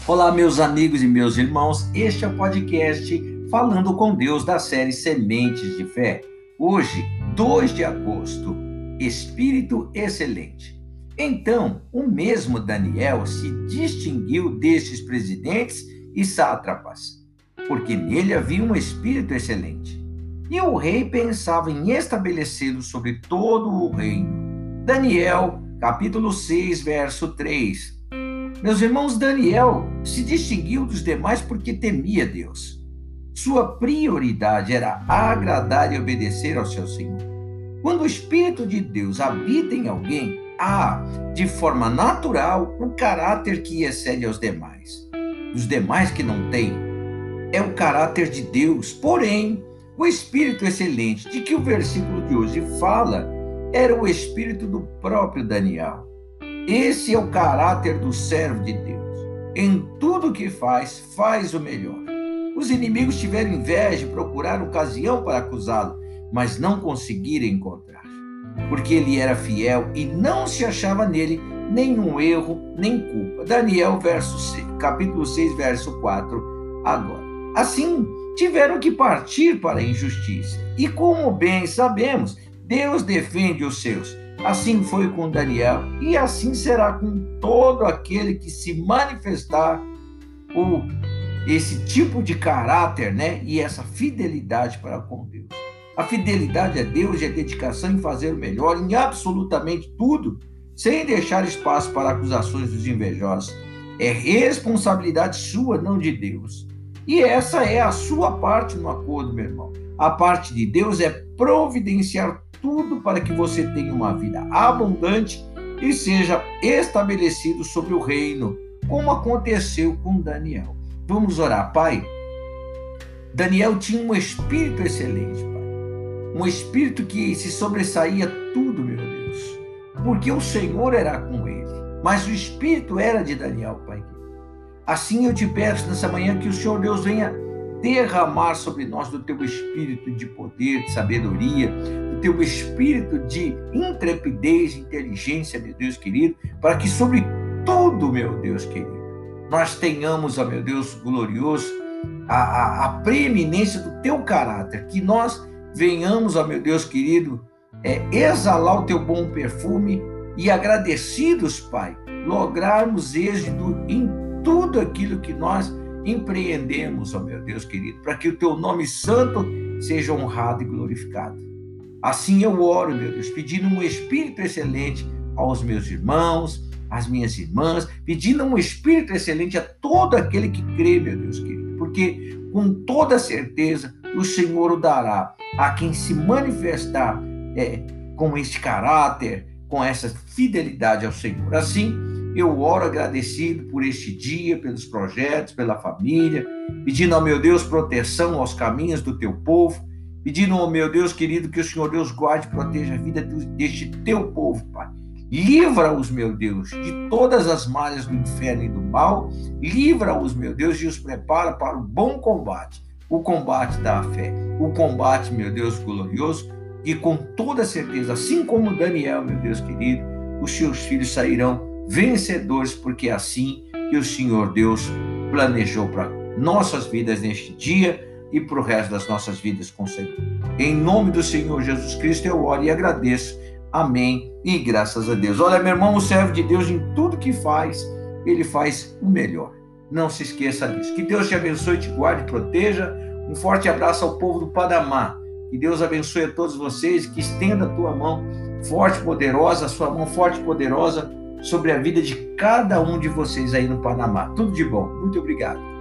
Olá, meus amigos e meus irmãos, este é o podcast Falando com Deus da série Sementes de Fé. Hoje, 2 de agosto, Espírito Excelente. Então, o mesmo Daniel se distinguiu destes presidentes e sátrapas, porque nele havia um espírito excelente. E o rei pensava em estabelecê-lo sobre todo o reino. Daniel, capítulo 6, verso 3. Meus irmãos, Daniel se distinguiu dos demais porque temia Deus. Sua prioridade era agradar e obedecer ao seu Senhor. Quando o Espírito de Deus habita em alguém, há, de forma natural, o caráter que excede aos demais. Os demais que não têm, é o caráter de Deus. Porém, o Espírito excelente de que o versículo de hoje fala era o Espírito do próprio Daniel. Esse é o caráter do servo de Deus. Em tudo que faz, faz o melhor. Os inimigos tiveram inveja e procuraram ocasião para acusá-lo, mas não conseguiram encontrar, porque ele era fiel e não se achava nele nenhum erro, nem culpa. Daniel, capítulo 6, verso 4, agora. Assim, tiveram que partir para a injustiça. E como bem sabemos, Deus defende os seus. Assim foi com Daniel e assim será com todo aquele que se manifestar esse tipo de caráter, e essa fidelidade para com Deus. A fidelidade a Deus e a dedicação em fazer o melhor em absolutamente tudo, sem deixar espaço para acusações dos invejosos. É responsabilidade sua, não de Deus. E essa é a sua parte no acordo, meu irmão. A parte de Deus é providenciar tudo para que você tenha uma vida abundante e seja estabelecido sobre o reino, como aconteceu com Daniel. Vamos orar, Pai. Daniel tinha um espírito excelente, Pai. Um espírito que se sobressaía tudo, meu Deus, porque o Senhor era com ele. Mas o espírito era de Daniel, Pai. Assim eu te peço nessa manhã que o Senhor Deus venha derramar sobre nós do teu espírito de poder, de sabedoria, do teu espírito de intrepidez, inteligência, meu Deus querido, para que sobre tudo, meu Deus querido, nós tenhamos, ó meu Deus glorioso, a preeminência do teu caráter, que nós venhamos, ó meu Deus querido, exalar o teu bom perfume e agradecidos, Pai, lograrmos êxito em tudo aquilo que nós empreendemos, ó meu Deus querido, para que o teu nome santo seja honrado e glorificado. Assim eu oro, meu Deus, pedindo um espírito excelente aos meus irmãos, às minhas irmãs, pedindo um espírito excelente a todo aquele que crê, meu Deus querido, porque com toda certeza o Senhor o dará a quem se manifestar com este caráter, com essa fidelidade ao Senhor. Assim, eu oro agradecido por este dia, pelos projetos, pela família, pedindo ao meu Deus proteção aos caminhos do teu povo, pedindo ao meu Deus querido que o Senhor Deus guarde e proteja a vida deste teu povo, Pai. Livra-os, meu Deus, de todas as malhas do inferno e do mal, livra-os, meu Deus, e os prepara para o bom combate, o combate da fé, o combate, meu Deus glorioso, e com toda certeza, assim como Daniel, meu Deus querido, os seus filhos sairão vencedores, porque é assim que o Senhor Deus planejou para nossas vidas neste dia e para o resto das nossas vidas com o Senhor. Em nome do Senhor Jesus Cristo eu oro e agradeço. Amém e graças a Deus. Olha, meu irmão, o servo de Deus em tudo que faz, ele faz o melhor. Não se esqueça disso. Que Deus te abençoe, te guarde e proteja. Um forte abraço ao povo do Panamá. Que Deus abençoe a todos vocês, que estenda a tua mão forte e poderosa, a sua mão forte e poderosa sobre a vida de cada um de vocês aí no Panamá. Tudo de bom. Muito obrigado.